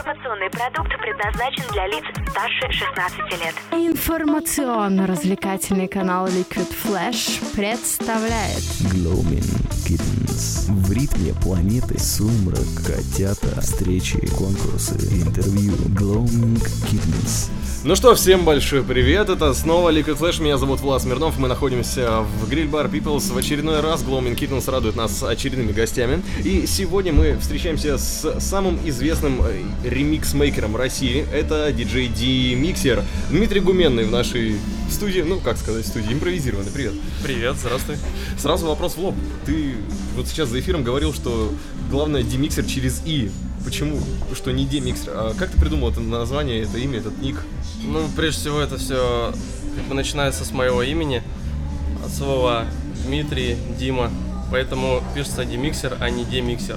Информационный продукт предназначен для лиц старше 16 лет. Информационно-развлекательный канал Liquid Flash представляет Gloaming Kittens. В ритме планеты сумрак, котята, встречи, конкурсы, интервью. Gloaming Kittens. Ну что, всем большой привет, это снова Liquid Flash, меня зовут Влад Смирнов, мы находимся в гриль-бар Peoples. В очередной раз Gloaming Kittens радует нас очередными гостями. И сегодня мы встречаемся с самым известным ремикс-мейкером России, это диджей D-Mixer, Дмитрий Гуменный в нашей студии, студии импровизированной. Привет. Привет, здравствуй. Сразу вопрос в лоб, ты вот сейчас за эфиром говорил, что главное D-Mixer через И. Почему? Что не D-Mixer? А как ты придумал это название, это имя, этот ник? Ну, прежде всего, это все начинается с моего имени, от слова Дмитрий, Дима, поэтому пишется D-Mixer, а не D-Mixer.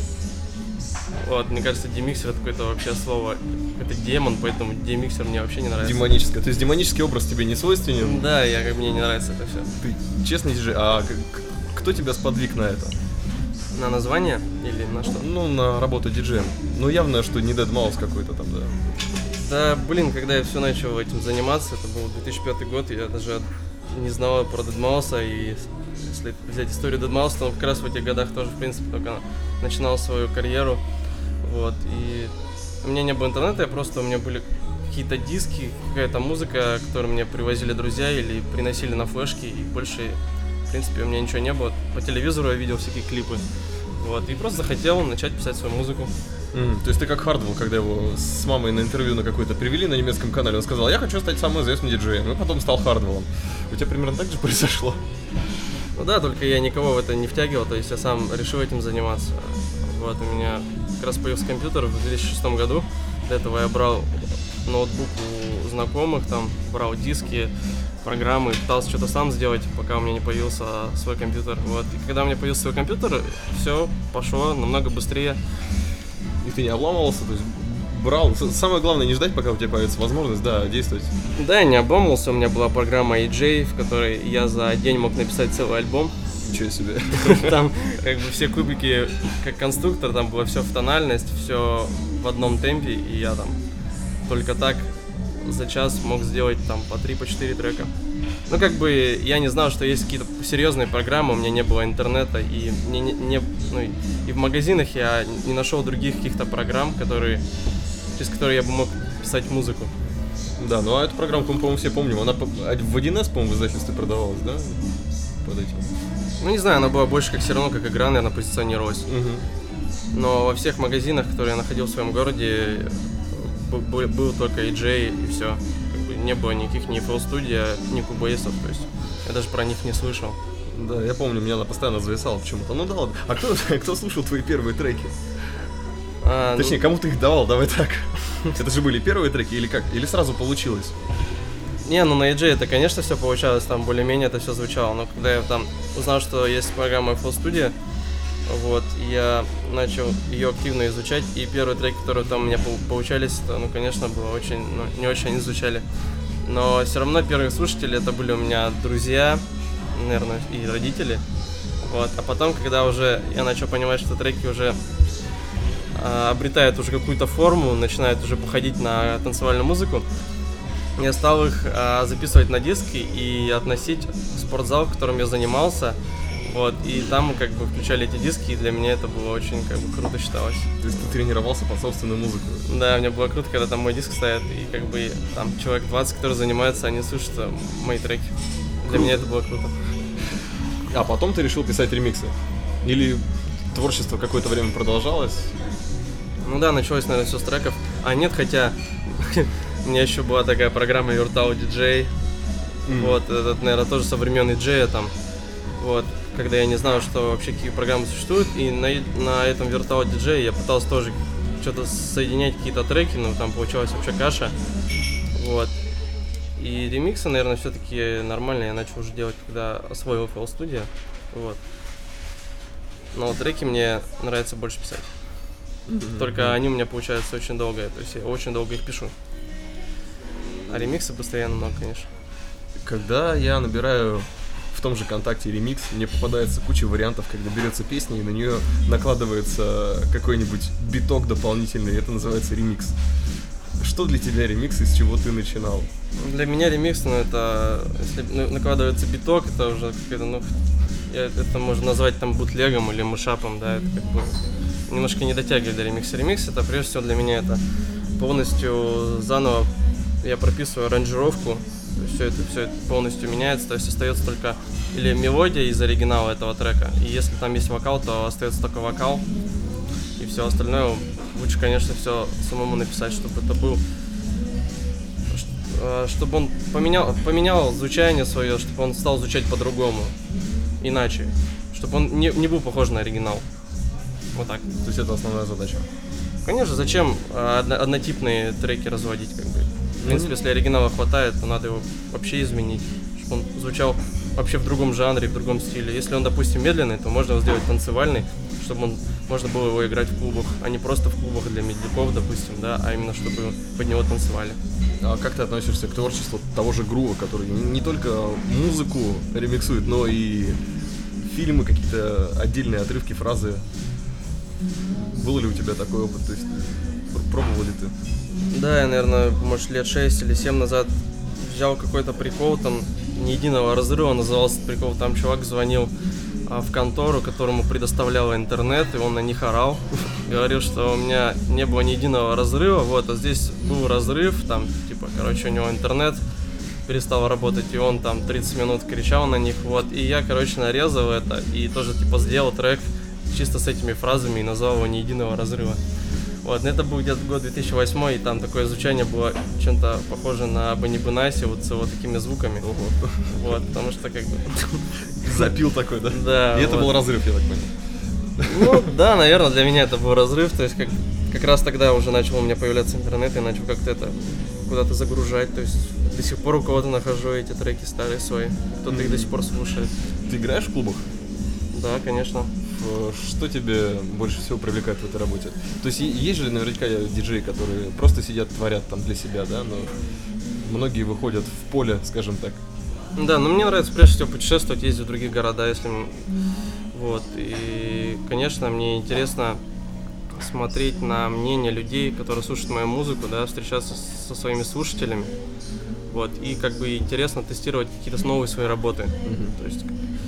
Вот, мне кажется, D-Mixer это какое-то вообще слово, это демон, поэтому D-Mixer мне вообще не нравится. Демоническое, то есть демонический образ тебе не свойственен? Да, мне не нравится это все. Ты честный диджей, а кто тебя сподвиг на это? На название или на что? Ну, на работу диджеем. Ну, явно, что не Deadmau5 какой-то там, да. Да, когда я все начал этим заниматься, это был 2005 год, я даже не знал про Deadmau5, и если взять историю Deadmau5, то он как раз в этих годах тоже, в принципе, только начинал свою карьеру, вот, и у меня не было интернета, у меня были какие-то диски, какая-то музыка, которую мне привозили друзья или приносили на флешки, и больше, в принципе, у меня ничего не было. По телевизору я видел всякие клипы, вот, и просто захотел начать писать свою музыку. То есть ты как Хардвелл, когда его с мамой на интервью на какой-то привели на немецком канале, он сказал: я хочу стать самым известным диджеем, и потом стал Хардвеллом. У тебя примерно так же произошло? Ну да, только я никого в это не втягивал, то есть я сам решил этим заниматься. Вот, у меня как раз появился компьютер в 2006 году, до этого я брал ноутбук у знакомых, там брал диски, программы, пытался что-то сам сделать, пока у меня не появился свой компьютер. Вот. И когда у меня появился свой компьютер, все пошло намного быстрее. И ты не обламывался, то есть брал. Самое главное не ждать, пока у тебя появится возможность, да, действовать. Да, я не обламывался, у меня была программа EJ, в которой я за день мог написать целый альбом. Ничего себе. Там как бы все кубики как конструктор, там было все в тональность, все в одном темпе, и я там только так за час мог сделать там по 3-4 трека. Ну, как бы, я не знал, что есть какие-то серьезные программы, у меня не было интернета, и и в магазинах я не нашел других каких-то программ, через которые я бы мог писать музыку. Да, ну а эту программку мы, по-моему, все помним. Она в 1С, по-моему, в издательстве продавалась, да? Под этим. Ну, не знаю, она была больше как все равно, как игра, наверное, позиционировалась. Но во всех магазинах, которые я находил в своем городе, был только EJ и все. Не было никаких ни FL Studio, ни Cubase, то есть я даже про них не слышал. Да, я помню, меня она постоянно зависала почему-то. Ну да ладно. А кто слушал твои первые треки? Точнее, кому ты их давал, давай так. Это же были первые треки или как? Или сразу получилось? Не, на EJ это, конечно, все получалось, там более-менее это все звучало, но когда я там узнал, что есть программа FL Studio, вот, я начал ее активно изучать, и первые треки, которые там у меня получались, то, конечно, было очень, не очень они звучали. Но все равно первые слушатели это были у меня друзья, наверное, и родители. Вот. А потом, когда уже я начал понимать, что треки уже обретают уже какую-то форму, начинают уже походить на танцевальную музыку, я стал их записывать на диски и относить в спортзал, в котором я занимался. Вот, и там как бы включали эти диски, и для меня это было очень как бы круто считалось. То есть ты тренировался под собственную музыку? Да, мне было круто, когда там мой диск стоит, и как бы там человек 20, который занимается, они слушают мои треки. Для меня это было круто. А потом ты решил писать ремиксы? Или творчество какое-то время продолжалось? Ну да, началось, наверное, все с треков. А нет, хотя у меня еще была такая программа Virtual DJ. Вот, это, наверное, тоже со времен EJ там. Вот, когда я не знал, что вообще какие программы существуют, и на этом Virtual DJ я пытался тоже что-то соединять, какие-то треки, но там получалась вообще каша. Вот. И ремиксы, наверное, все-таки нормально я начал уже делать, когда освоил FL Studio. Вот. Но треки мне нравится больше писать. Только они у меня получаются очень долго, то есть я очень долго их пишу. А ремиксы быстрее намного, конечно. Когда я набираю в том же ВКонтакте ремикс, мне попадается куча вариантов, когда берется песня и на нее накладывается какой-нибудь биток дополнительный, это называется ремикс. Что для тебя ремикс и с чего ты начинал? Для меня ремикс, это если накладывается биток, это уже какой-то, это можно назвать там бутлегом или мышапом, да, это как бы немножко не дотягивает до ремикса. Ремикс это прежде всего для меня это полностью заново я прописываю аранжировку, все это полностью меняется, то есть остается только или мелодия из оригинала этого трека, и если там есть вокал, то остается только вокал, и все остальное лучше, конечно, все самому написать, чтобы это был, чтобы он поменял звучание свое, чтобы он стал звучать по-другому, иначе, чтобы он не был похож на оригинал. Вот так. То есть это основная задача? Конечно, зачем однотипные треки разводить, как бы. В принципе, если оригинала хватает, то надо его вообще изменить, чтобы он звучал вообще в другом жанре, в другом стиле. Если он, допустим, медленный, то можно его сделать танцевальный, чтобы можно было его играть в клубах, а не просто в клубах для медляков, допустим, да, а именно чтобы под него танцевали. А как ты относишься к творчеству того же Грува, который не только музыку ремиксует, но и фильмы, какие-то отдельные отрывки, фразы? Был ли у тебя такой опыт? То есть пробовал ли ты? Да, я, наверное, может, лет 6 или 7 назад взял какой-то прикол, там, ни единого разрыва назывался прикол, там чувак звонил в контору, которому предоставляла интернет, и он на них орал, говорил, что у меня не было ни единого разрыва, вот, а здесь был разрыв, там, типа, короче, у него интернет перестал работать, и он там 30 минут кричал на них, вот, и я, короче, нарезал это, и тоже, типа, сделал трек чисто с этими фразами и назвал его «Ни единого разрыва». Вот, это был где-то год 2008, и там такое звучание было чем-то похоже на Бенни Бенаси, вот с вот такими звуками. Ого. Вот, потому что как бы... Запил такой, да? Да. И это был разрыв, я так понял. Ну, да, наверное, для меня это был разрыв, то есть как раз тогда уже начал у меня появляться интернет, и начал как-то это куда-то загружать, то есть до сих пор у кого-то нахожу эти треки старые свои, кто-то их до сих пор слушает. Ты играешь в клубах? Да, конечно. Что тебе больше всего привлекает в этой работе? То есть есть же наверняка диджеи, которые просто сидят, творят там для себя, да, но многие выходят в поле, скажем так. Да, но мне нравится прежде всего путешествовать, ездить в другие города, если... Вот, и, конечно, мне интересно смотреть на мнение людей, которые слушают мою музыку, да, встречаться со своими слушателями, вот, и как бы интересно тестировать какие-то новые свои работы, то есть...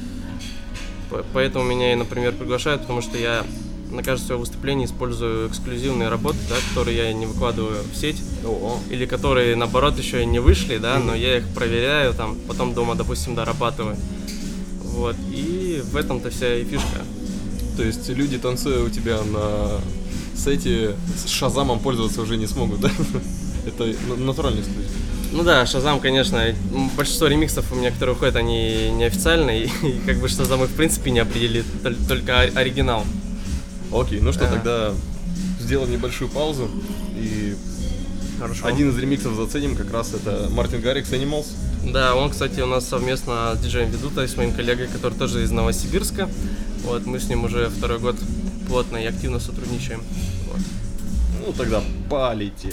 Поэтому меня, например, приглашают, потому что я на каждое свое выступление использую эксклюзивные работы, да, которые я не выкладываю в сеть, или которые, наоборот, еще и не вышли, да, но я их проверяю, там, потом дома, допустим, дорабатываю. Вот, и в этом-то вся и фишка. То есть люди, танцуя у тебя на сете, с Шазамом пользоваться уже не смогут, да? Это натуральный случай. Ну да, Шазам, конечно, большинство ремиксов у меня, которые выходят, они неофициальные, и как бы Шазам их в принципе не определит, только оригинал. Окей, ну что, тогда сделаем небольшую паузу, и Хорошо. Один из ремиксов заценим, как раз это Мартин Гаррикс Animals. Да, он, кстати, у нас совместно с диджеем Ведутой, с моим коллегой, который тоже из Новосибирска. Вот, мы с ним уже второй год плотно и активно сотрудничаем. Вот. Ну тогда полетели.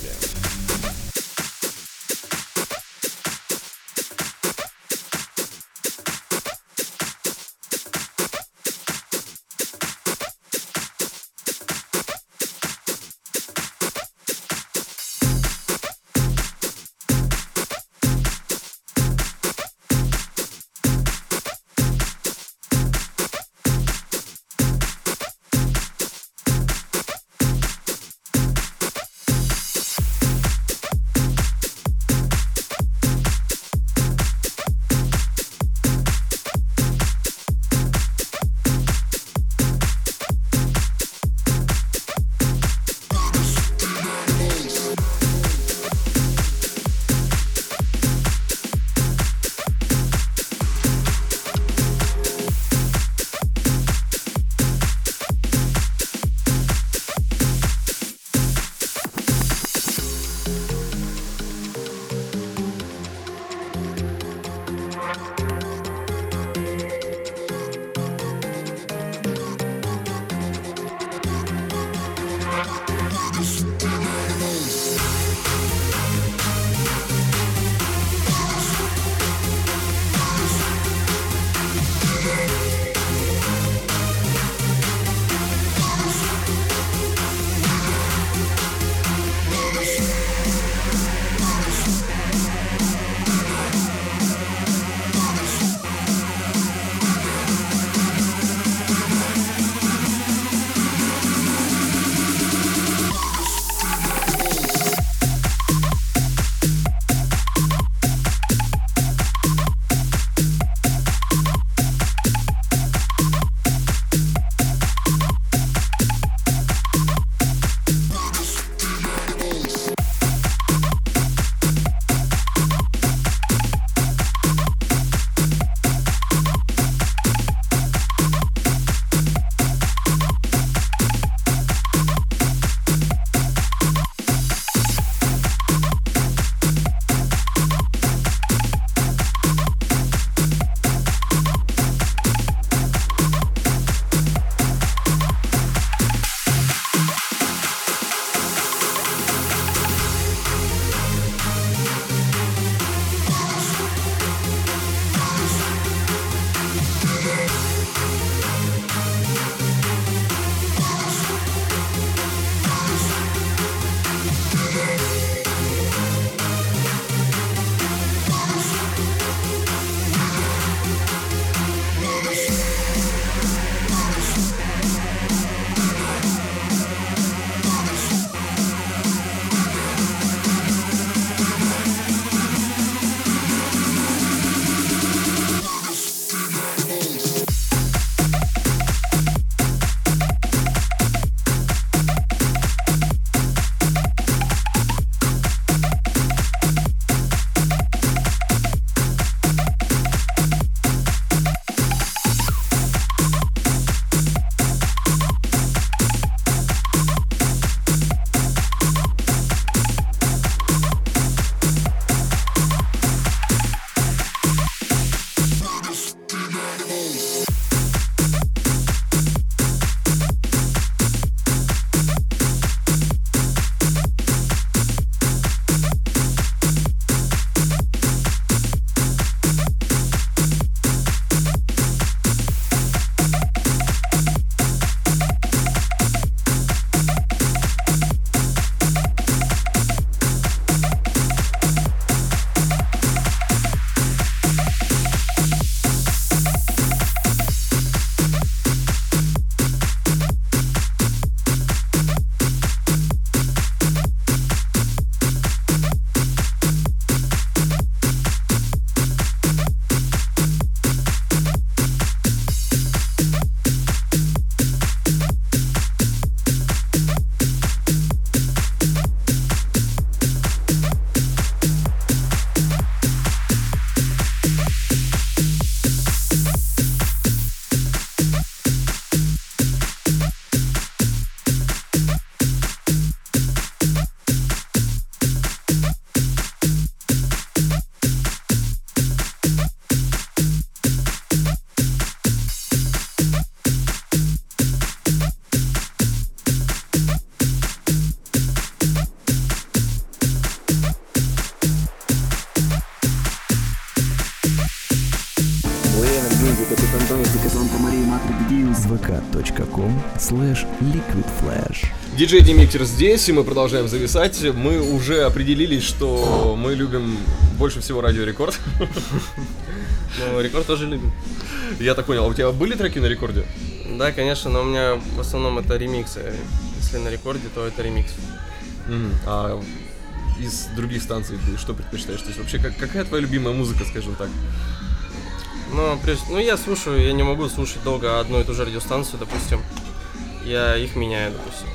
vk.com/liquidflash. Диджей Демиктер здесь, и мы продолжаем зависать. Мы уже определились, что мы любим больше всего Радио Рекорд. Ну, Рекорд тоже любим. Я так понял, а у тебя были треки на Рекорде? Да, конечно, но у меня в основном это ремиксы. Если на Рекорде, то это ремикс. А из других станций ты что предпочитаешь? То есть вообще какая твоя любимая музыка, скажем так? Ну, я слушаю, я не могу слушать долго одну и ту же радиостанцию, допустим. Я их меняю, допустим.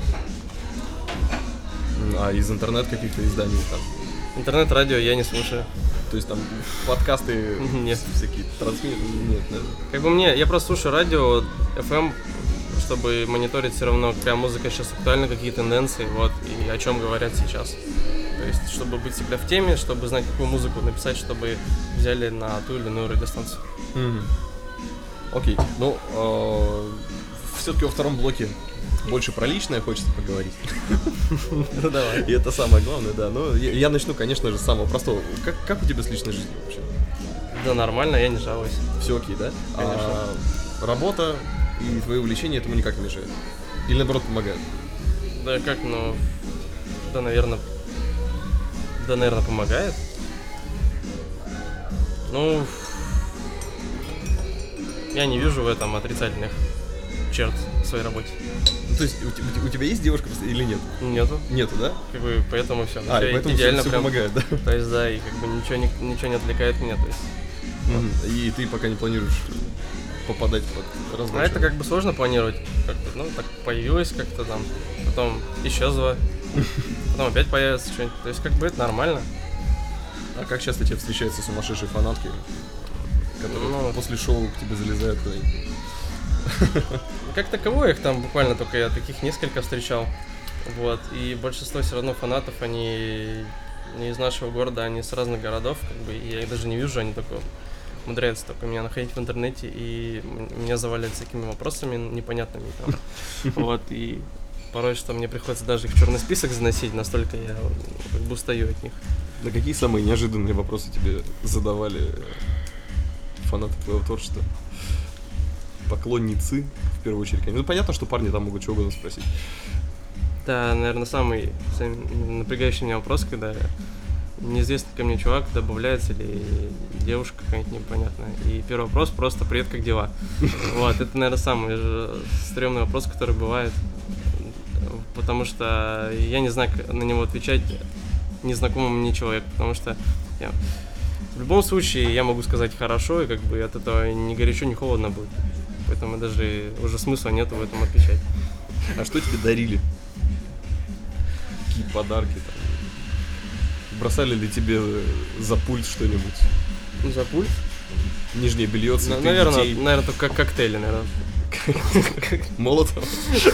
А из интернет каких-то изданий там? Интернет-радио я не слушаю. То есть там подкасты, Нет. всякие трансмиты? Нет, да? Как бы я просто слушаю радио, FM, чтобы мониторить все равно, какая музыка сейчас актуальна, какие тенденции, вот, и о чем говорят сейчас. То есть, чтобы быть всегда в теме, чтобы знать, какую музыку написать, чтобы взяли на ту или иную радиостанцию. Окей, ну, все-таки во втором блоке больше про личное хочется поговорить. Ну давай. И это самое главное, да. Но я начну, конечно же, с самого простого. Как у тебя с личной жизнью вообще? Да нормально, я не жалуюсь. Все окей, да? Конечно. Работа и твои увлечения этому никак не мешают? Или наоборот помогают? Да как, ну... Да, наверное, помогает. Ну... Я не вижу в этом отрицательных черт в своей работе. То есть у тебя есть девушка или нет? Нету. Нету, да? Как бы поэтому все. И поэтому идеально все прям помогает, да? То есть, да, и как бы ничего не отвлекает меня, то есть. И ты пока не планируешь попадать под раздачу? А это как бы сложно планировать. Как-то, ну, так появилось как-то там, потом исчезло, потом опять появится что-нибудь. То есть, как бы это нормально. А как часто тебе встречаются сумасшедшие фанатки, которые после шоу к тебе залезают куда-нибудь? Как таковое их там буквально только я таких несколько встречал. Вот. И большинство все равно фанатов, они не из нашего города, они с разных городов, как бы, и я их даже не вижу, они только умудряются только меня находить в интернете, и меня заваливают всякими вопросами непонятными там. Вот, и порой, что мне приходится даже их в черный список заносить, настолько я как бы устаю от них. Да какие самые неожиданные вопросы тебе задавали фанаты твоего творчества? Поклонницы, в первую очередь. Ну, понятно, что парни там могут что угодно спросить. Да, наверное, самый напрягающий меня вопрос, когда неизвестный ко мне чувак добавляется или девушка какая-нибудь непонятная. И первый вопрос просто «Привет, как дела?». Вот, это, наверное, самый стрёмный вопрос, который бывает. Потому что я не знаю, как на него отвечать незнакомому мне человеку, потому что в любом случае я могу сказать «хорошо», и как бы от этого ни горячо, ни холодно будет. Поэтому даже уже смысла нету в этом отвечать. А что тебе дарили? Какие подарки там? Бросали ли тебе за пульт что-нибудь? За пульт? Нижнее белье, цветы, наверное, детей? наверное, только коктейли, наверное. Молотов?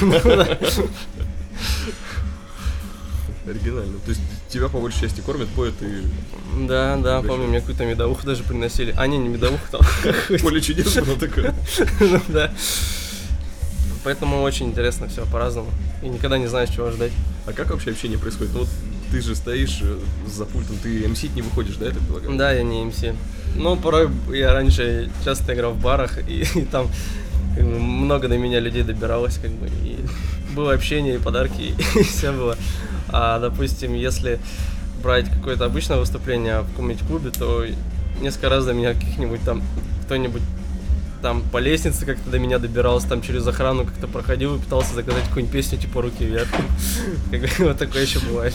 Оригинально. То есть тебя по большей части кормят, поют и... Да, помню, мне какую-то медовуху даже приносили. А, не медовуху там. Поле чудес было такое. Ну да. Поэтому очень интересно все по-разному. И никогда не знаешь, чего ждать. А как вообще общение происходит? Ну вот ты же стоишь за пультом, ты МСить не выходишь, да, я так полагаю? Да, я не МС. Ну, порой я раньше часто играл в барах, и там как бы, много до меня людей добиралось, как бы, и было общение, и подарки, и все было. А, допустим, если брать какое-то обычное выступление в каком-нибудь клубе, то несколько раз до меня каких-нибудь там кто-нибудь там по лестнице как-то до меня добирался, там через охрану как-то проходил и пытался заказать какую-нибудь песню типа «Руки вверх». Вот такое еще бывает.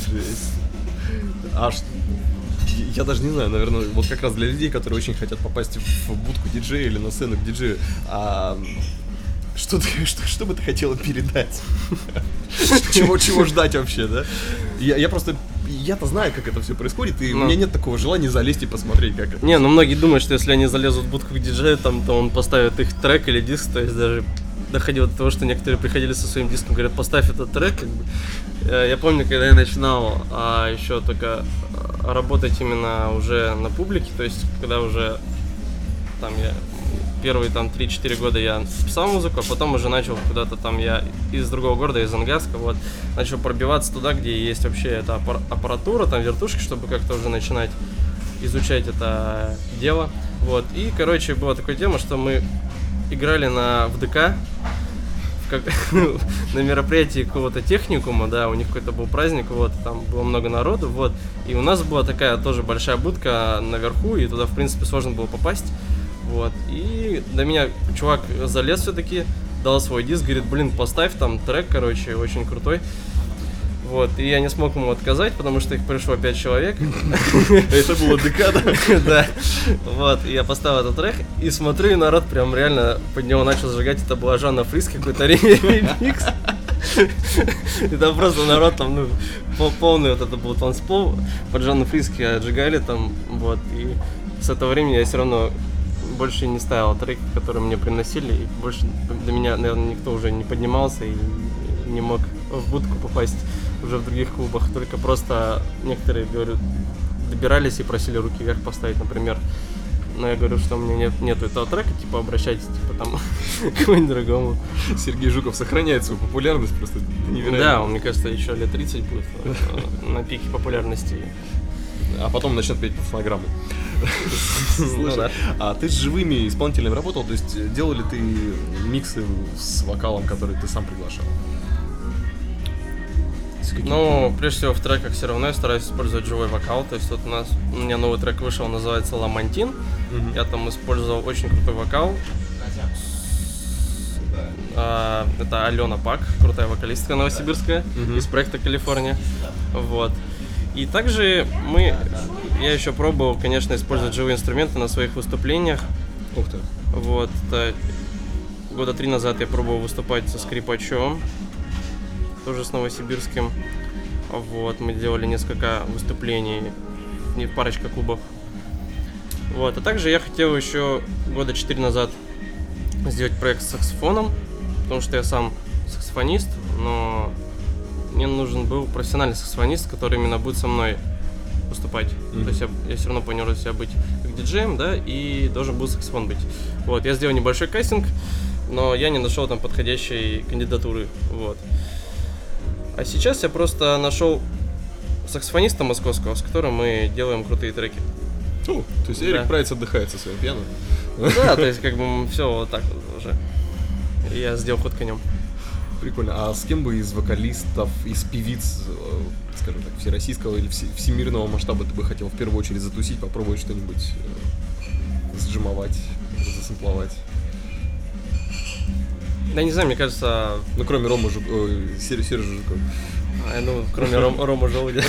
Я даже не знаю, наверное, вот как раз для людей, которые очень хотят попасть в будку диджея или на сцену к диджею, что бы ты хотела передать? Чего ждать вообще, да? Я-то знаю, как это все происходит, и у меня нет такого желания залезть и посмотреть, как это. Не, ну многие думают, что если они залезут в будку к диджею, там, то он поставит их трек или диск, то есть даже доходило до того, что некоторые приходили со своим диском, говорят, поставь этот трек, как бы. Я помню, когда я начинал еще только работать именно уже на публике, то есть когда уже там я первые там 3-4 года я писал музыку, а потом уже начал куда-то там я из другого города, из Ангарска, вот, начал пробиваться туда, где есть вообще эта аппаратура, там вертушки, чтобы как-то уже начинать изучать это дело, вот, и, короче, была такая тема, что мы играли в ДК, как на мероприятии какого-то техникума, да, у них какой-то был праздник, вот, там было много народу, вот, и у нас была такая тоже большая будка наверху, и туда, в принципе, сложно было попасть, вот, и до меня чувак залез все-таки, дал свой диск, говорит, блин, поставь там трек, короче, очень крутой. Вот, и я не смог ему отказать, потому что их пришло 5 человек. Это было ДК, да? Да. Вот, и я поставил этот трек, и смотрю, и народ прям реально под него начал зажигать. Это была Жанна Фрис, какой-то ремикс. И там просто народ там, ну, полный вот это был танцпол. Под Жанну Фриски отжигали там, вот. И с этого времени я все равно больше не ставил треки, которые мне приносили. И больше до меня, наверное, никто уже не поднимался и не мог в будку попасть уже в других клубах, только просто некоторые, говорю, добирались и просили руки вверх поставить, например. Но я говорю, что у меня нету этого трека, типа, обращайтесь, типа, там, к кому-нибудь другому. Сергей Жуков сохраняет свою популярность просто невероятно. Да, он, мне кажется, еще лет 30 будет на пике популярности. А потом начнет петь по фонограмму. Слушай, а ты с живыми исполнителями работал? То есть делал ли ты миксы с вокалом, который ты сам приглашал? Ну, прежде всего в треках все равно я стараюсь использовать живой вокал. То есть вот у меня новый трек вышел, называется «Ламантин». Я там использовал очень крутой вокал. Это Алена Пак, крутая вокалистка новосибирская, из проекта «Калифорния». Вот. И также я еще пробовал, конечно, использовать живые инструменты на своих выступлениях. Ух ты. Вот. Года 3 назад я пробовал выступать со скрипачом, тоже с новосибирским. Вот, мы делали несколько выступлений, не в парочка клубов. Вот, а также я хотел еще года 4 назад сделать проект с саксофоном, потому что я сам саксофонист, но мне нужен был профессиональный саксофонист, который именно будет со мной выступать. То есть я все равно планирую себя быть как диджеем, да, и должен был саксофон быть. Вот, я сделал небольшой кастинг, но я не нашел там подходящей кандидатуры, вот. А сейчас я просто нашел саксофониста московского, с которым мы делаем крутые треки. То есть Эрик Прайс отдыхает со своим пиано. Да, то есть как бы все вот так вот уже. Я сделал ход конем. Прикольно. А с кем бы из вокалистов, из певиц, скажем так, всероссийского или всемирного масштаба ты бы хотел в первую очередь затусить, попробовать что-нибудь сджимовать, засэмпловать? Да не знаю, мне кажется... Ну, кроме Сережи Жукова. Ну, кроме Рома Желудя.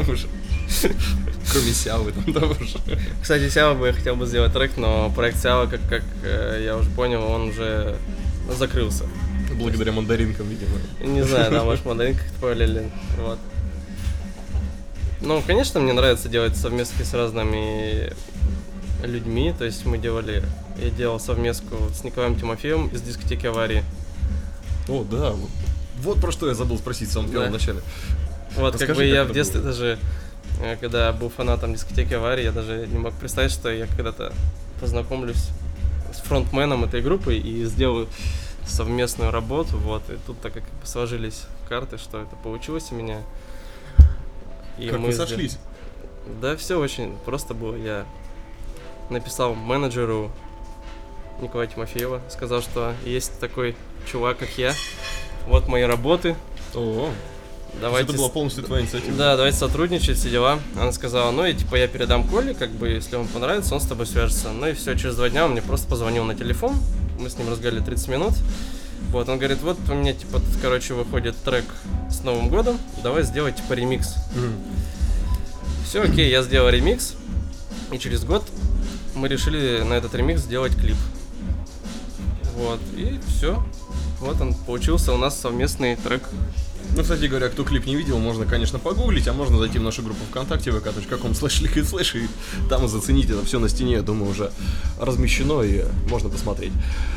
Кроме Сявы там тоже. Кстати, Сява бы я хотел бы сделать трек, но проект Сява, как я уже понял, он уже закрылся. Благодаря мандаринкам, видимо. Не знаю, да, может, мандаринка как-то повалили. Вот. Ну, конечно, мне нравится делать совместки с разными людьми. То есть я делал совместку с Николаем Тимофеевым из дискотеки «Аварии». О, да, вот про что я забыл спросить в самом первом начале. Вот, Расскажи, как бы я это в детстве было. даже, когда был фанатом дискотеки «Аварии», я даже не мог представить, что я когда-то познакомлюсь с фронтменом этой группы и сделаю совместную работу, вот, и тут так как сложились карты, что это получилось у меня. И как вы сошлись? Да, все очень просто было. Я написал менеджеру Николая Тимофеева, сказал, что есть такой чувак, как я, вот мои работы. О, давайте... это была полностью твоя инициатива? Да, давайте сотрудничать, все дела. Она сказала, ну и типа я передам Коле, как бы, если он понравится, он с тобой свяжется. Ну и все, через 2 дня он мне просто позвонил на телефон, мы с ним разговаривали 30 минут. Вот, он говорит, вот у меня, типа, короче, выходит трек с Новым годом, давай сделай, типа, ремикс. Все, окей, я сделал ремикс, и через год мы решили на этот ремикс сделать клип. Вот, и все. Вот он получился у нас совместный трек. Ну, кстати говоря, кто клип не видел, можно, конечно, погуглить, а можно зайти в нашу группу ВКонтакте, vk.com/liquidflash, и там заценить это все на стене, я думаю, уже размещено, и можно посмотреть.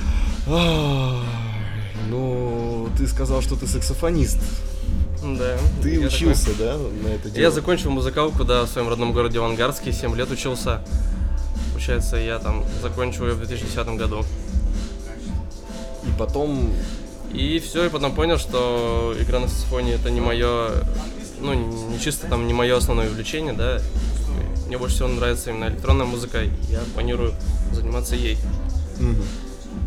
Ну, ты сказал, что ты саксофонист. Да. Ты учился, такой, да, на это дело? Я закончил музыкалку, да, в своем родном городе в Ангарске, 7 лет учился. Получается, я там закончил ее в 2010 году. И потом... И все, и потом понял, что игра на саксофоне это не мое, ну, не чисто там не мое основное увлечение, да. Мне больше всего нравится именно электронная музыка, и я планирую заниматься ей.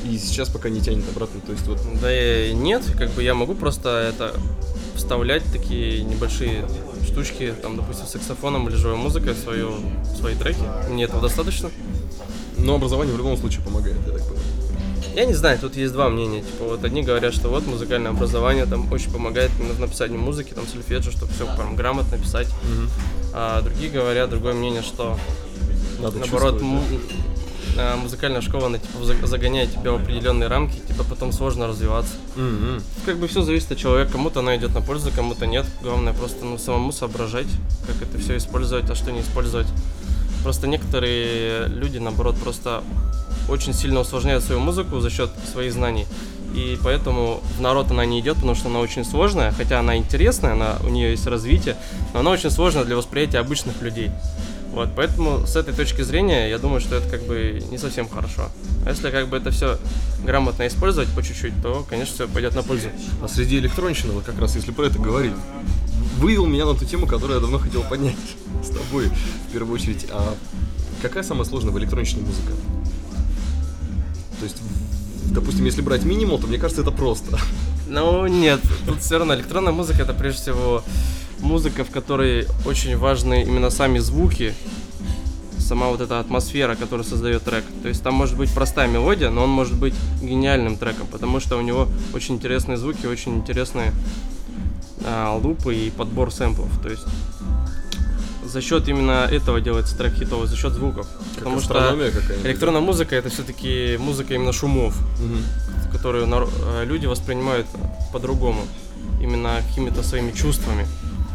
и сейчас пока не тянет обратно, то есть вот... Да и нет, как бы я могу просто это вставлять такие небольшие штучки, там, допустим, саксофоном или живой музыкой в свои треки. Мне этого достаточно. Но образование в любом случае помогает, я так понимаю. Я не знаю, тут есть два мнения. Типа, вот одни говорят, что вот музыкальное образование там очень помогает именно в написании музыки, там сольфеджио, чтобы все прям грамотно писать. А другие говорят, другое мнение, что Надо наоборот, музыкальная музыкальная школа, типа, загоняет тебя в определенные рамки, типа потом сложно развиваться. Как бы все зависит от человека, кому-то она идет на пользу, кому-то нет. Главное просто самому соображать, как это все использовать, а что не использовать. Просто некоторые люди, наоборот, просто очень сильно усложняют свою музыку за счет своих знаний. И поэтому в народ она не идет, потому что она очень сложная, хотя она интересная, у нее есть развитие, но она очень сложная для восприятия обычных людей. Вот, поэтому с этой точки зрения я думаю, что это как бы не совсем хорошо. А если как бы это все грамотно использовать по чуть-чуть, то, конечно, все пойдет на пользу. А среди электронщины, вот как раз если про это говорить, вывел меня на ту тему, которую я давно хотел поднять с тобой в первую очередь. А какая самая сложная в электронщине музыка? То есть, допустим, если брать минимал, то мне кажется, это просто. Ну нет, тут все равно электронная музыка — это прежде всего музыка, в которой очень важны именно сами звуки, сама вот эта атмосфера, которую создает трек. То есть там может быть простая мелодия, но он может быть гениальным треком, потому что у него очень интересные звуки, очень интересные лупы и подбор сэмплов. То есть за счет именно этого делается трек хитовый, за счет звуков. Потому что электронная музыка — это все-таки музыка именно шумов, которую люди воспринимают по-другому, именно какими-то своими чувствами.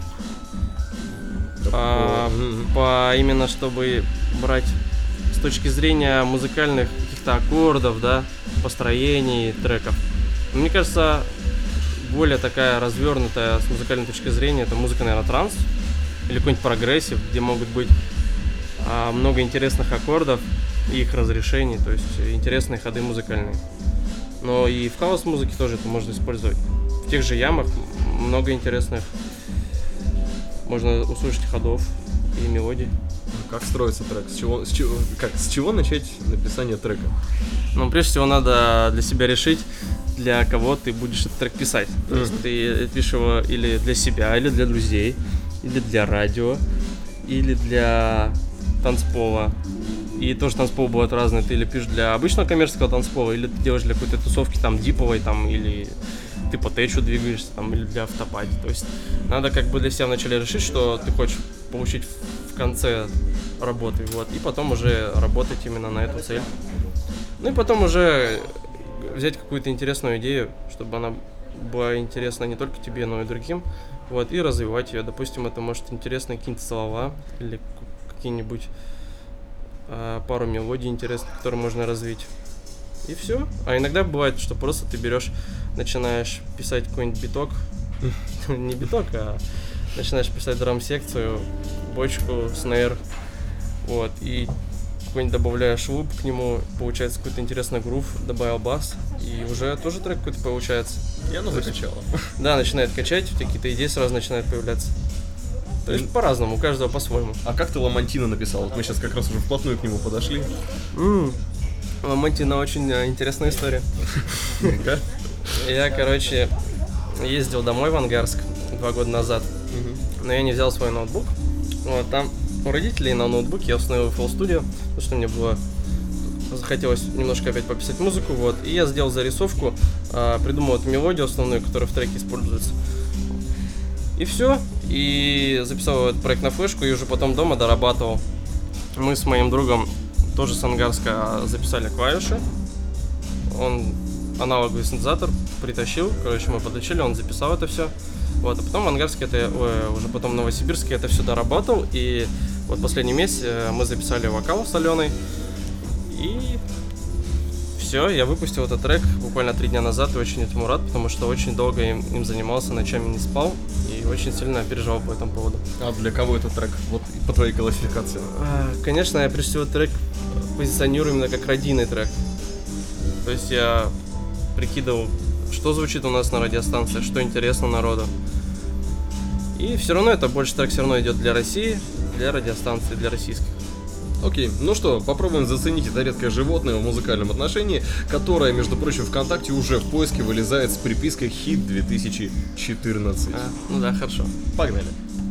Именно чтобы брать с точки зрения музыкальных каких-то аккордов, да, построений треков. Мне кажется, более такая развернутая с музыкальной точки зрения — это музыка, наверное, транс или какой-нибудь прогрессив, где могут быть много интересных аккордов и их разрешений, то есть интересные ходы музыкальные. Но и в хаос-музыке тоже это можно использовать. В тех же ямах много интересных можно услышать ходов и мелодий. Как строится трек? С чего начать написание трека? Ну, прежде всего, надо для себя решить, для кого ты будешь этот трек писать. То есть ты пишешь его или для себя, или для друзей, или для радио, или для танцпола. И тоже танцпол бывают разные. Ты или пишешь для обычного коммерческого танцпола, или ты делаешь для какой-то тусовки там диповой, там, или ты по тэчу двигаешься, там, или для автопати. То есть надо как бы для себя вначале решить, что ты хочешь получить в конце работы, вот, и потом уже работать именно на эту цель. Ну и потом уже взять какую-то интересную идею, чтобы она была интересна не только тебе, но и другим, вот, и развивать ее. Допустим, это может интересны какие-нибудь слова или какие-нибудь пару мелодий интересных, которые можно развить. И все. А иногда бывает, что просто ты берешь, начинаешь писать какой-нибудь биток, не биток, а начинаешь писать драм-секцию, бочку, снейр, вот, и какой-нибудь добавляешь луп к нему, получается какой-то интересный грув, добавил бас, и уже тоже трек какой-то получается. И оно закачало. Да, начинает качать, какие-то идеи сразу начинают появляться. То есть по-разному, у каждого по-своему. А как ты Ламантино написал? Вот мы сейчас как раз уже вплотную к нему подошли. Ламантино очень интересная история. Я, короче, ездил домой в Ангарск 2 года назад, но я не взял свой ноутбук. Вот, там у родителей на ноутбуке я установил FL Studio, потому что мне захотелось немножко опять пописать музыку, вот, и я сделал зарисовку, придумал эту мелодию основную, которая в треке используется. И все, и записал этот проект на флешку, и уже потом дома дорабатывал. Мы с моим другом, тоже с Ангарска, записали клавиши. Он аналоговый синтезатор притащил, короче, мы подключили, он записал это все. Вот, а потом в Ангарске, уже потом в Новосибирске это все дорабатывал. И вот последний месяц мы записали вокал с Аленой. И все, я выпустил этот трек буквально 3 дня назад и очень этому рад, потому что очень долго им занимался, ночами не спал и очень сильно переживал по этому поводу. А для кого этот трек? Вот по твоей классификации. Конечно, я прежде всего трек позиционирую именно как радийный трек. То есть я прикидывал, что звучит у нас на радиостанции, что интересно народу. И все равно это больше трек все равно идет для России, для радиостанций, для российских. Окей, ну что, попробуем заценить это редкое животное в музыкальном отношении, которое, между прочим, ВКонтакте уже в поиске вылезает с припиской «Хит 2014». Ну да, хорошо. Погнали.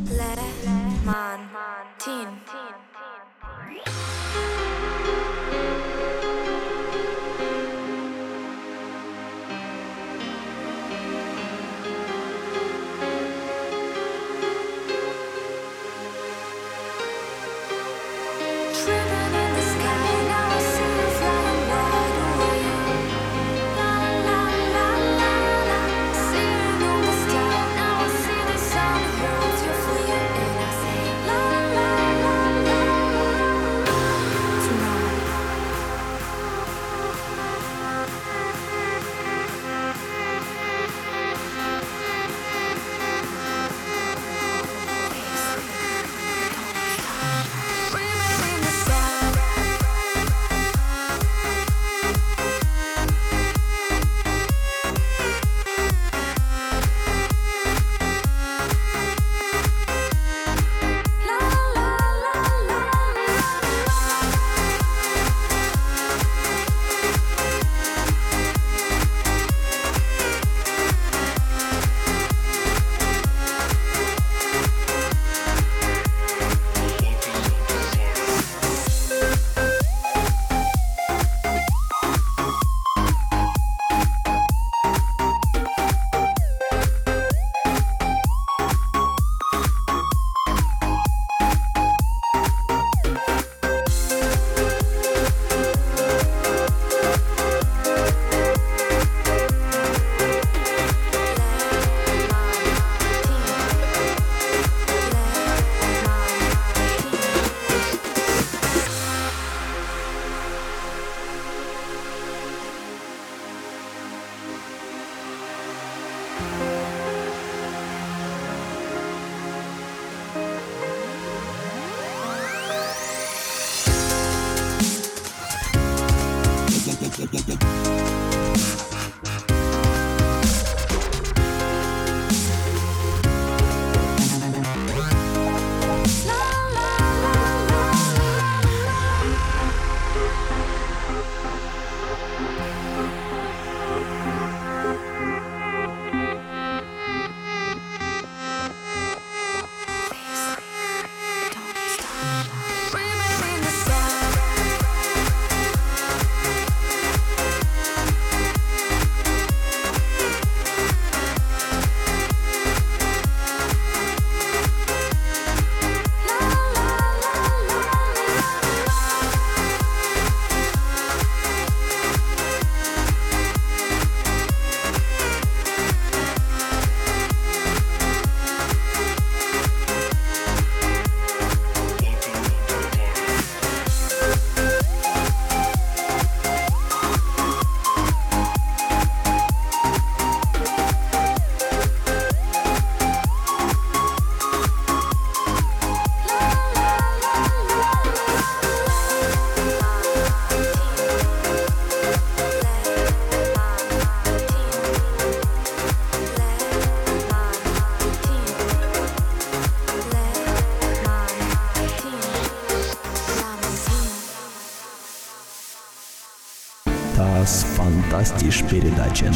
Das fantastisch передача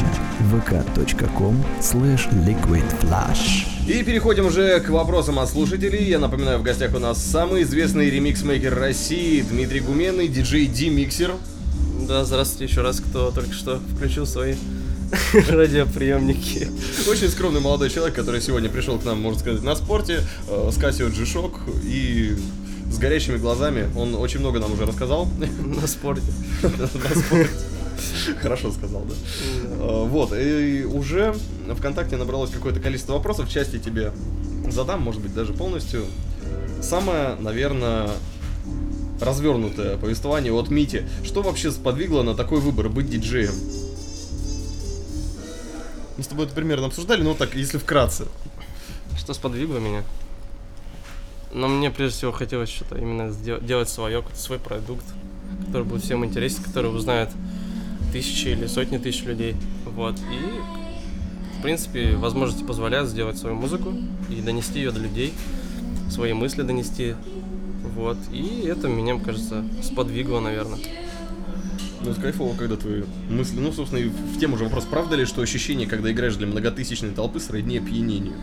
vk.com/liquidflash. И переходим уже к вопросам от слушателей. Я напоминаю, в гостях у нас самый известный ремикс-мейкер России Дмитрий Гуменный, диджей D-Mixer. Да, здравствуйте еще раз, кто только что включил свои радиоприемники. Очень скромный молодой человек, который сегодня пришел к нам, можно сказать, на спорте, с Casio G-Shock и с горящими глазами. Он очень много нам уже рассказал. На спорте. На спорте. Хорошо сказал, да? Вот, и уже ВКонтакте набралось какое-то количество вопросов. В части тебе задам, может быть, даже полностью. Самое, наверное, развернутое повествование от Мити. Что вообще сподвигло на такой выбор быть диджеем? Мы с тобой это примерно обсуждали, но так, если вкратце. Что сподвигло меня? Но мне прежде всего хотелось что-то именно делать свое, свой продукт, который будет всем интересен, который узнают тысячи или сотни тысяч людей. Вот. И, в принципе, возможности позволяют сделать свою музыку и донести ее до людей, свои мысли донести, Вот. И это меня, кажется, сподвигло, наверное. Ну, это кайфово, когда твои мысли... Ну, собственно, и в тему же вопрос. Правда ли, что ощущение, когда играешь для многотысячной толпы, сродни опьянению?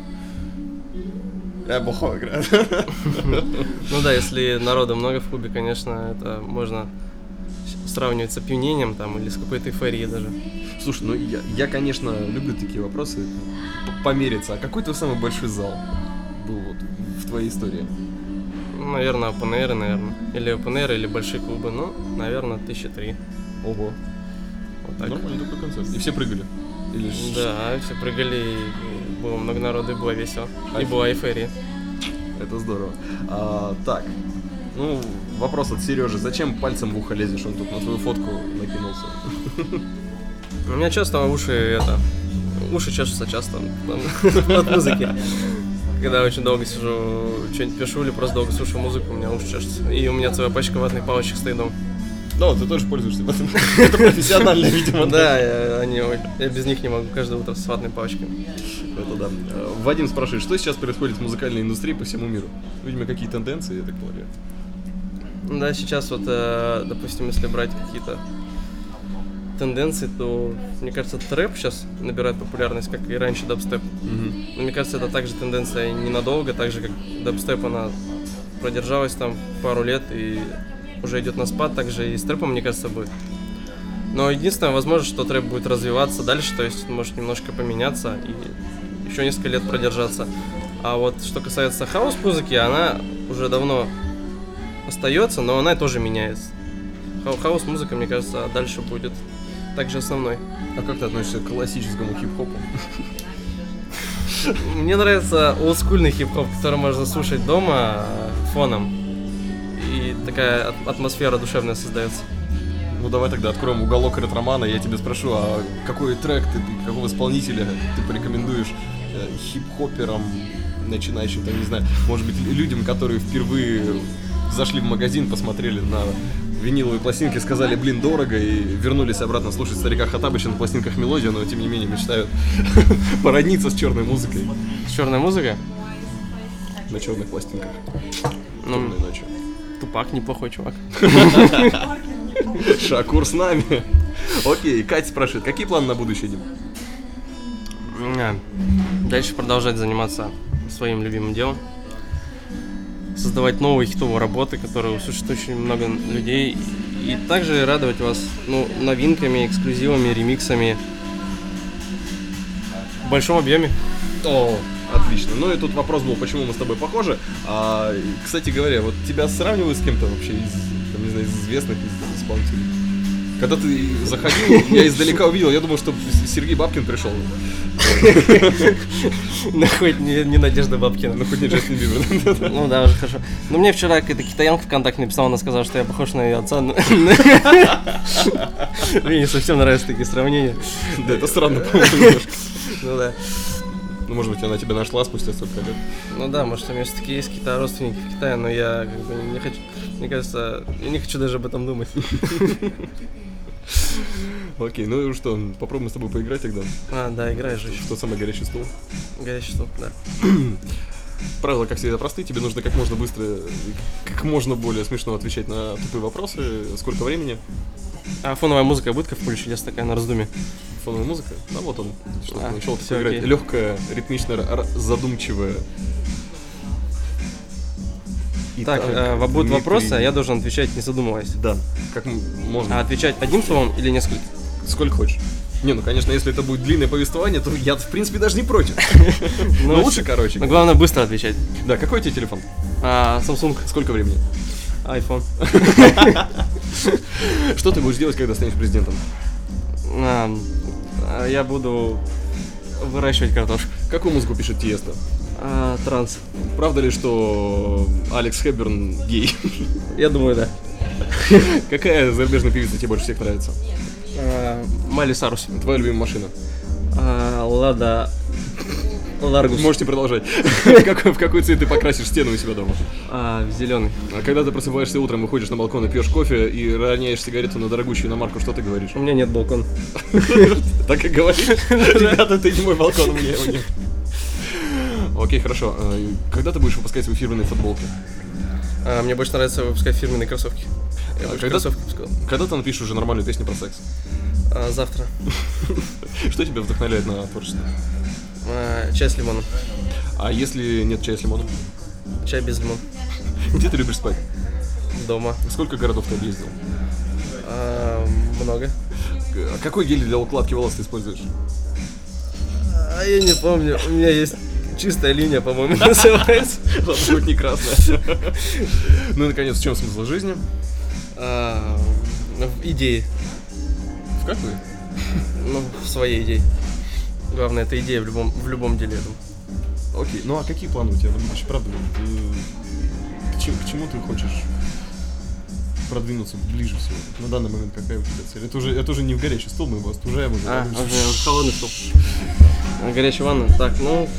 Я плохо играю. Ну да, если народа много в клубе, конечно, это можно сравнивать с опьянением там или с какой-то эйфорией даже. Слушай, ну я, конечно, люблю такие вопросы, помериться. А какой твой самый большой зал был вот в твоей истории? Ну, наверное, open air, наверное. Или open air, или большие клубы. Ну, наверное, 1003. Ого. Вот так. Нормальный такой концерт. И все прыгали? Или... Да, все прыгали, и было много народу, и было весело. И была эйфория. Это здорово. Так, ну, вопрос от Сережи. Зачем пальцем в ухо лезешь? Он тут на твою фотку накинулся. У меня часто уши чешутся часто от музыки. Когда очень долго сижу, что-нибудь пишу или просто долго слушаю музыку, у меня уши чешутся. И у меня целая пачка ватных палочек стоит дома. Ну, ты тоже пользуешься в этом. Это профессионально, видимо. Да, я без них не могу каждое утро с ватными палочками. Это да. Вадим спрашивает, что сейчас происходит в музыкальной индустрии по всему миру? Видимо, какие тенденции, я так полагаю. Да, сейчас вот, допустим, если брать какие-то тенденции, то, мне кажется, трэп сейчас набирает популярность, как и раньше дабстеп. Но мне кажется, это также тенденция ненадолго, так же как дабстеп, она продержалась там пару лет и уже идет на спад, также и с трэпом, мне кажется, будет. Но единственное, возможно, что трэп будет развиваться дальше, то есть может немножко поменяться и еще несколько лет продержаться. А вот что касается хаус-музыки, она уже давно остается, но она тоже меняется. Хаус-музыка, мне кажется, дальше будет также основной. А как ты относишься к классическому хип-хопу? Мне нравится олдскульный хип-хоп, который можно слушать дома фоном. И такая атмосфера душевная создается. Ну давай тогда откроем уголок ретромана. Я тебя спрошу, а какой трек ты, какого исполнителя ты порекомендуешь хип-хоперам, начинающим, там, не знаю, может быть, людям, которые впервые зашли в магазин, посмотрели на виниловые пластинки, сказали, блин, дорого, и вернулись обратно слушать старика Хоттабыча на пластинках мелодия, но тем не менее мечтают породниться с черной музыкой. С черной музыкой? На черных пластинках. Ну, темной ночью. Тупак неплохой чувак. Шакур с нами. Окей, Катя спрашивает, какие планы на будущее, Дим? Дальше продолжать заниматься своим любимым делом. Создавать новые хитовые работы, которые услышат очень много людей. И также радовать вас новинками, эксклюзивами, ремиксами. В большом объеме. О, отлично. Ну и тут вопрос был, почему мы с тобой похожи. Кстати говоря, вот тебя сравнивают с кем-то вообще из, там, не знаю, из известных исполнителей? Когда ты заходил, я издалека увидел, я думал, что Сергей Бабкин пришел. Ну, хоть не Надежда Бабкина. Ну, хоть не Джастин Бибер. Ну да, уже хорошо. Ну, мне вчера какая-то китаянка ВКонтакте написала, она сказала, что я похож на ее отца. Мне не совсем нравятся такие сравнения. Да, это странно, по-моему. Ну да. Ну, может быть, она тебя нашла спустя столько лет. Ну да, может, у меня все-таки есть какие-то родственники в Китае, но я как бы не хочу, мне кажется, я не хочу даже об этом думать. Окей, ну и что, попробуем с тобой поиграть тогда? Да, играешь же еще. Что самый горячий стул? Горячий стул, да. Правила, как всегда, простые. Тебе нужно как можно быстро, как можно более смешно отвечать на тупые вопросы. Сколько времени? А фоновая музыка будет, как в поле чудес, такая на раздумье? Фоновая музыка? Да, вот он. Что начал всё, играть. окей. Легкая, ритмичная, задумчивая. Так, будут вопросы, а я должен отвечать, не задумываясь. Да, как можно. А отвечать одним словом или несколько? Сколько хочешь. Не, ну, конечно, если это будет длинное повествование, то я, в принципе, даже не против. Но лучше короче. Но главное быстро отвечать. Да, какой у тебя телефон? Samsung. Сколько времени? iPhone. Что ты будешь делать, когда станешь президентом? Я буду выращивать картошку. Какую музыку пишет Тиесто? Транс. Правда ли, что Алекс Хэбберн гей? Я думаю, да. Какая зарубежная певица тебе больше всех нравится? Майли Сайрус. Твоя любимая машина? Лада Ларгус. Можете продолжать. В какой цвет ты покрасишь стену у себя дома? В зеленый. А когда ты просыпаешься утром, выходишь на балкон и пьешь кофе и роняешь сигарету на дорогущую иномарку, что ты говоришь? У меня нет балкона. Так и говоришь? Ребята, это не мой балкон, у меня его нет. Окей, хорошо. Когда ты будешь выпускать свои фирменные футболки? Мне больше нравится выпускать фирменные кроссовки. Я больше кроссовки выпускал. Когда ты напишешь уже нормальную песню про секс? Завтра. Что тебя вдохновляет на творчество? Чай с лимоном. А если нет чая с лимоном? Чай без лимона. Где ты любишь спать? Дома. Сколько городов ты объездил? Много. А какой гель для укладки волос ты используешь? Я не помню. У меня есть чистая линия, по-моему, называется. Ладно, хоть не красная. Ну и, наконец, в чем смысл жизни? В идее. В какой? Ну, в своей идее. Главное, это идея в любом деле, я думаю. Окей, ну а какие планы у тебя на будущее? Правда, к чему ты хочешь продвинуться ближе всего? На данный момент какая у тебя цель? Это уже не в горячий стол, мы его остужаем уже. Уже в холодный стол. Горячая ванна. Так, ну...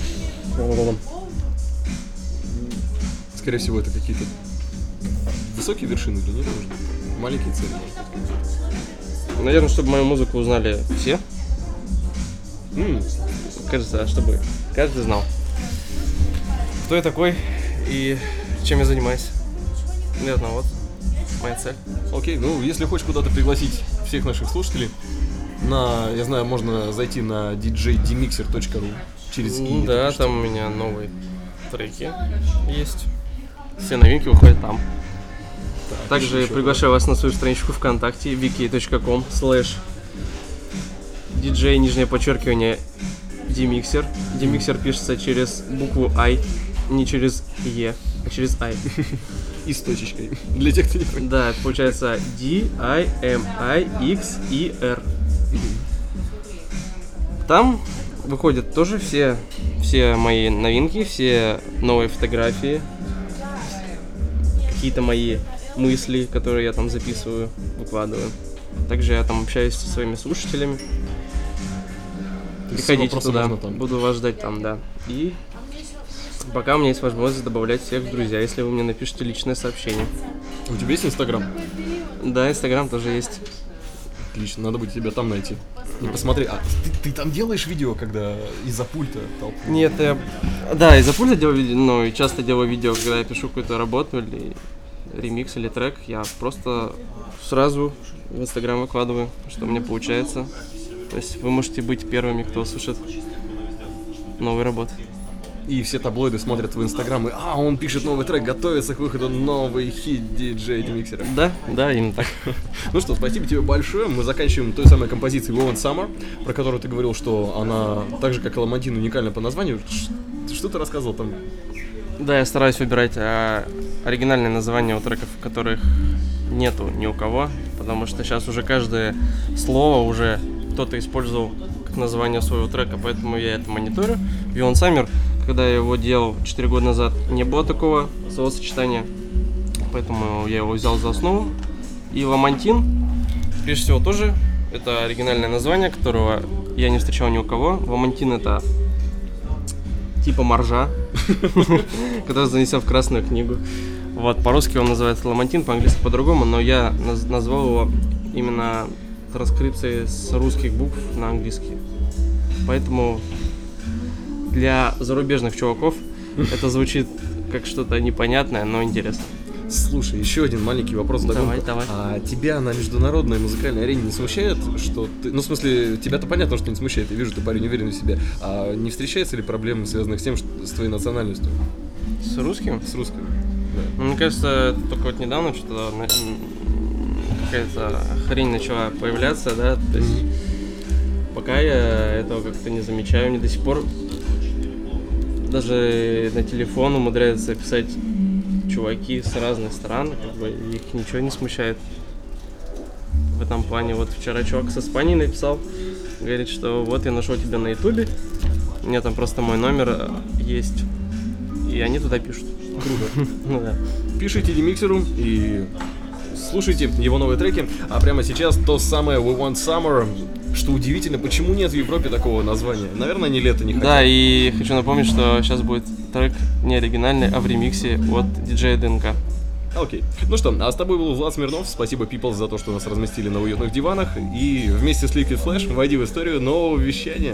Скорее всего, это какие-то высокие вершины или нет? Может, маленькие цели? Наверное, чтобы мою музыку узнали все. Кажется, чтобы каждый знал, кто я такой и чем я занимаюсь. Наверное, вот моя цель. Окей, ну если хочешь куда-то пригласить всех наших слушателей, я знаю, можно зайти на djdmixer.ru через и. Да, там у меня новые треки есть. Все новинки выходят там. Также приглашаю вас на свою страничку ВКонтакте wiki.com/DJ_Dmixer. Dmixer пишется через букву I, не через E, а через I. И с точечкой. Для тех, кто не понимает. Да, это получается DIMIXER. Там выходят тоже все мои новинки, все новые фотографии, какие-то мои мысли, которые я там записываю, выкладываю. Также я там общаюсь со своими слушателями. Приходите туда, буду вас ждать там, да. И пока у меня есть возможность добавлять всех в друзья, если вы мне напишите личное сообщение. У тебя есть Инстаграм? Да, Инстаграм тоже есть. Отлично, надо будет тебя там найти. И посмотри, ты там делаешь видео, когда из-за пульта толпу? Нет, из-за пульта делаю видео, но и часто делаю видео, когда я пишу какую-то работу или ремикс или трек, я просто сразу в Инстаграм выкладываю, что у меня получается. То есть вы можете быть первыми, кто услышит новые работы. И все таблоиды смотрят в Инстаграм, и он пишет новый трек, готовится к выходу новый хит DJ Dmixer. Да, именно так. Ну что, спасибо тебе большое. Мы заканчиваем той самой композицией We Want Summer, про которую ты говорил, что она, так же как и Ламантин, уникальна по названию. Что ты рассказывал там? Да, я стараюсь выбирать оригинальные названия у треков, которых нету ни у кого, потому что сейчас уже каждое слово уже кто-то использовал как название своего трека, поэтому я это мониторю. We Want Summer, когда я его делал 4 года назад, не было такого словосочетания, поэтому я его взял за основу. И Ламантин, прежде всего, тоже это оригинальное название, которого я не встречал ни у кого. Ламантин — это типа моржа, который занесен в Красную книгу. Вот, по-русски он называется Ламантин, по-английски по-другому, но я назвал его именно транскрипцией с русских букв на английский. Поэтому для зарубежных чуваков это звучит как что-то непонятное, но интересно. Слушай, еще один маленький вопрос. Давай. А тебя на международной музыкальной арене не смущает, что ты... Ну, в смысле, тебя-то понятно, что не смущает. Я вижу, ты парень уверен в себе. А не встречаются ли проблемы, связанные с тем, что с твоей национальностью? С русским? С русским, да. Мне кажется, только вот недавно что-то какая-то хрень начала появляться, да, то есть пока я этого как-то не замечаю, мне до сих пор даже на телефон умудряются писать чуваки с разных стран, как бы их ничего не смущает в этом плане. Вот вчера чувак с Испании написал, говорит, что вот я нашел тебя на ютубе, у меня там просто мой номер есть, и они туда пишут. Круто. Ну да. Пишите Dmixer'у и слушайте его новые треки. А прямо сейчас то самое We Want Summer. Что удивительно, почему нет в Европе такого названия? Наверное, они лето не хотят. Да, и хочу напомнить, что сейчас будет трек не оригинальный, а в ремиксе от DJ ДНК. Окей. Ну что, а с тобой был Влад Смирнов. Спасибо, People, за то, что нас разместили на уютных диванах. И вместе с Liquid Flash войди в историю нового вещания.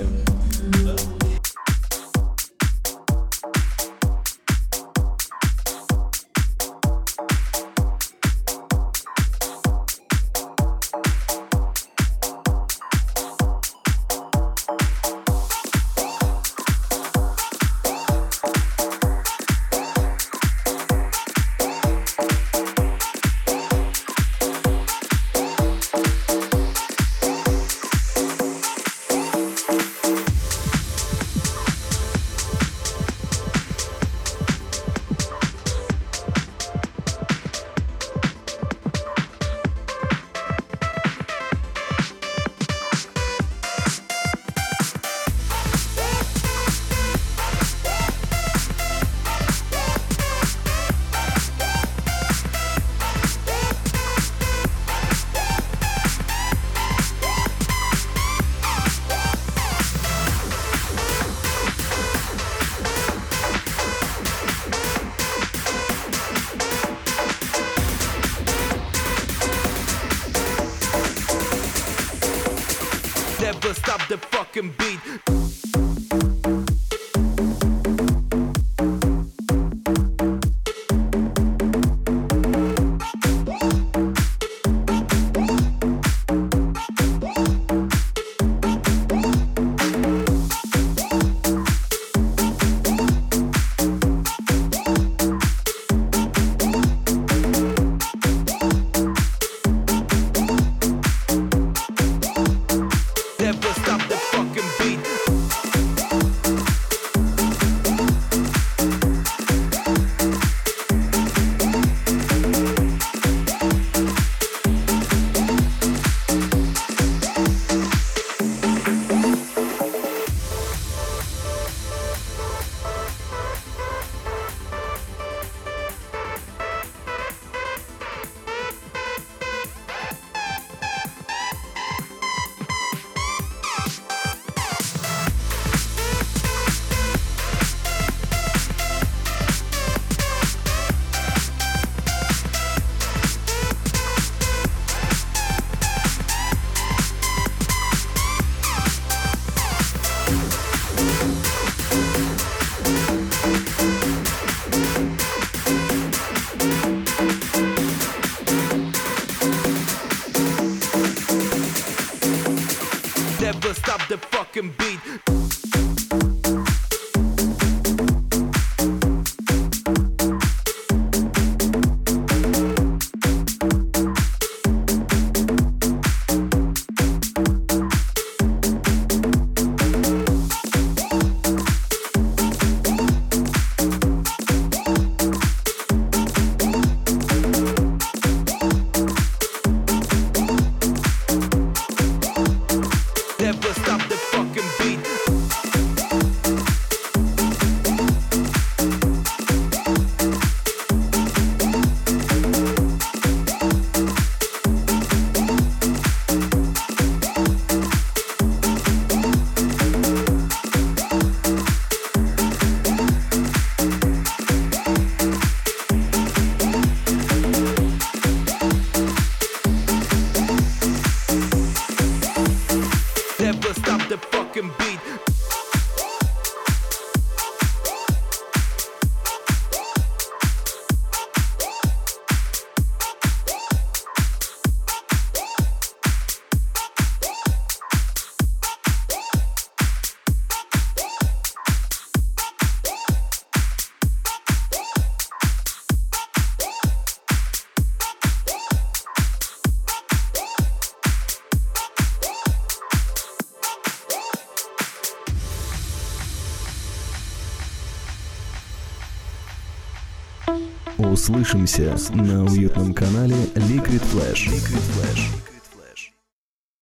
fucking beat. Never stop the fucking beat. Never stop the fucking beat. Never stop the fucking beat. Never stop the fucking beat. Услышимся на уютном канале Liquid Flash.